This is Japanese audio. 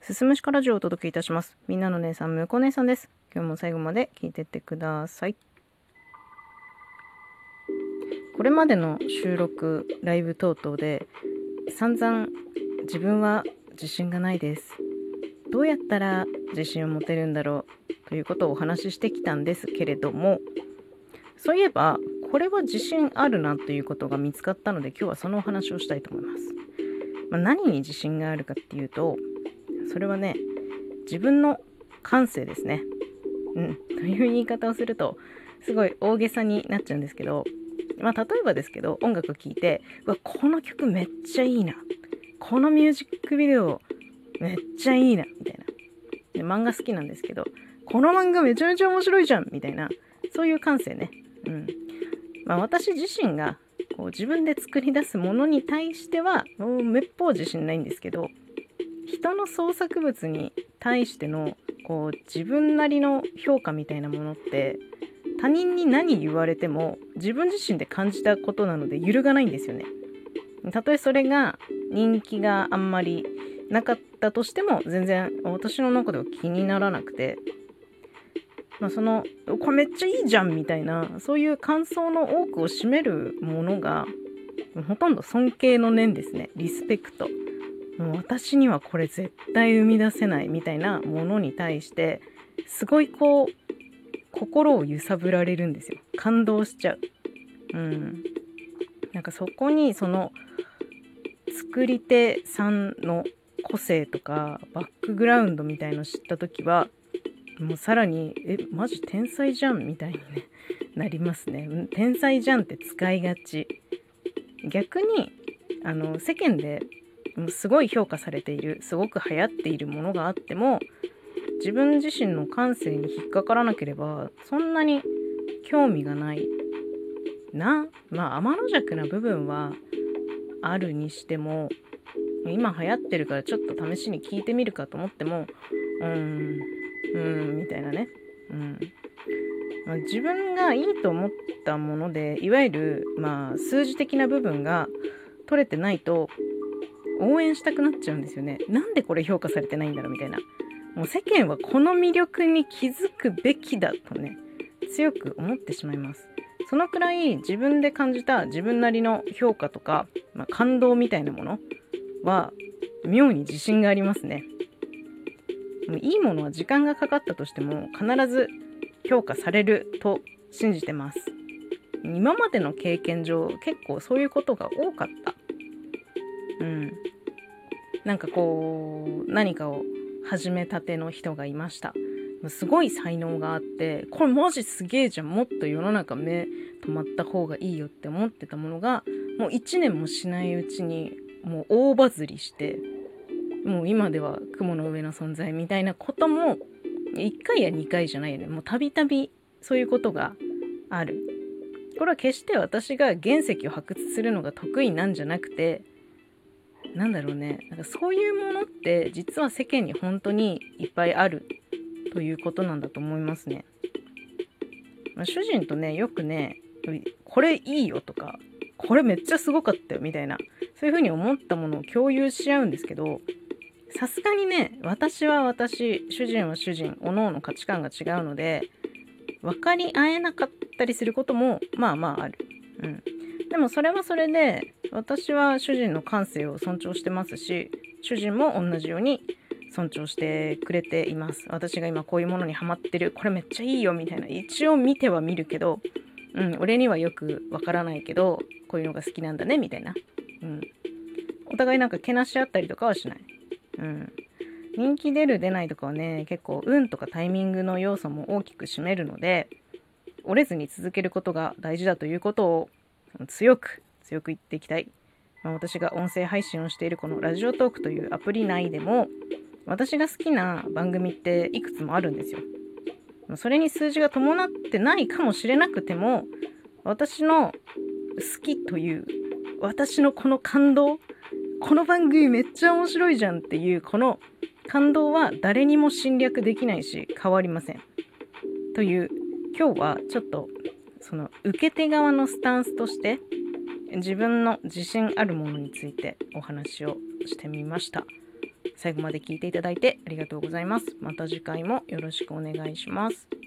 すすむしかラジオをお届けいたします。みんなの姉さん、むこ姉さんです。今日も最後まで聞いてってください。これまでの収録、ライブ等々で散々自分は自信がないです。どうやったら自信を持てるんだろうということをお話ししてきたんですけれども、そういえばこれは自信あるなということが見つかったので、今日はそのお話をしたいと思います。何に自信があるかっていうと、それはね、自分の感性ですね。という言い方をするとすごい大げさになっちゃうんですけど、例えばですけど、音楽聴いて、この曲めっちゃいいな、このミュージックビデオめっちゃいいなみたいな。で、漫画好きなんですけど、この漫画めちゃめちゃ面白いじゃんみたいな、そういう感性ね。私自身がこう自分で作り出すものに対してはもうめっぽう自信ないんですけど、人の創作物に対してのこう自分なりの評価みたいなものって、他人に何言われても自分自身で感じたことなので揺るがないんですよね。たとえそれが人気があんまりなかったとしても全然私の中では気にならなくて、これめっちゃいいじゃんみたいな、そういう感想の多くを占めるものがほとんど尊敬の念ですね。リスペクト。もう私にはこれ絶対生み出せないみたいなものに対してすごいこう心を揺さぶられるんですよ。感動しちゃう。なんかそこにその作り手さんの個性とかバックグラウンドみたいの知った時は、もうさらにマジ天才じゃんみたいにねなりますね。天才じゃんって使いがち。逆に世間ですごい評価されている、すごく流行っているものがあっても、自分自身の感性に引っかからなければそんなに興味がないな。天の弱な部分はあるにしても、今流行ってるからちょっと試しに聞いてみるかと思ってもみたいなね。自分がいいと思ったもので、いわゆる数字的な部分が取れてないと応援したくなっちゃうんですよね。なんでこれ評価されてないんだろうみたいな。もう世間はこの魅力に気づくべきだとね、強く思ってしまいます。そのくらい自分で感じた自分なりの評価とか、感動みたいなものは妙に自信がありますね。いいものは時間がかかったとしても必ず評価されると信じてます。今までの経験上結構そういうことが多かった。なんかこう何かを始めたての人がいました。すごい才能があって、これマジすげえじゃん、もっと世の中目止まった方がいいよって思ってたものが、もう1年もしないうちにもう大バズりして、もう今では雲の上の存在みたいなことも1回や2回じゃないよね。もうたびたびそういうことがある。これは決して私が原石を発掘するのが得意なんじゃなくて、なんかそういうものって実は世間に本当にいっぱいあるということなんだと思いますね。主人とねよくね、これいいよとか、これめっちゃすごかったよみたいな、そういう風に思ったものを共有し合うんですけど、さすがにね、私は私、主人は主人、各々価値観が違うので分かり合えなかったりすることもある。でもそれはそれで、私は主人の感性を尊重してますし、主人も同じように尊重してくれています。私が今こういうものにハマってる、これめっちゃいいよみたいな、一応見ては見るけど、俺にはよくわからないけどこういうのが好きなんだねみたいな、お互いなんかけなし合ったりとかはしない。人気出る出ないとかはね、結構運とかタイミングの要素も大きく占めるので、折れずに続けることが大事だということを強く言っていきたい。私が音声配信をしているこのラジオトークというアプリ内でも、私が好きな番組っていくつもあるんですよ。それに数字が伴ってないかもしれなくても、私の好きという、私のこの感動、この番組めっちゃ面白いじゃんっていうこの感動は誰にも侵略できないし変わりません。という、今日はちょっとその受け手側のスタンスとして自分の自信あるものについてお話をしてみました。 最後まで聞いていただいてありがとうございます。また次回もよろしくお願いします。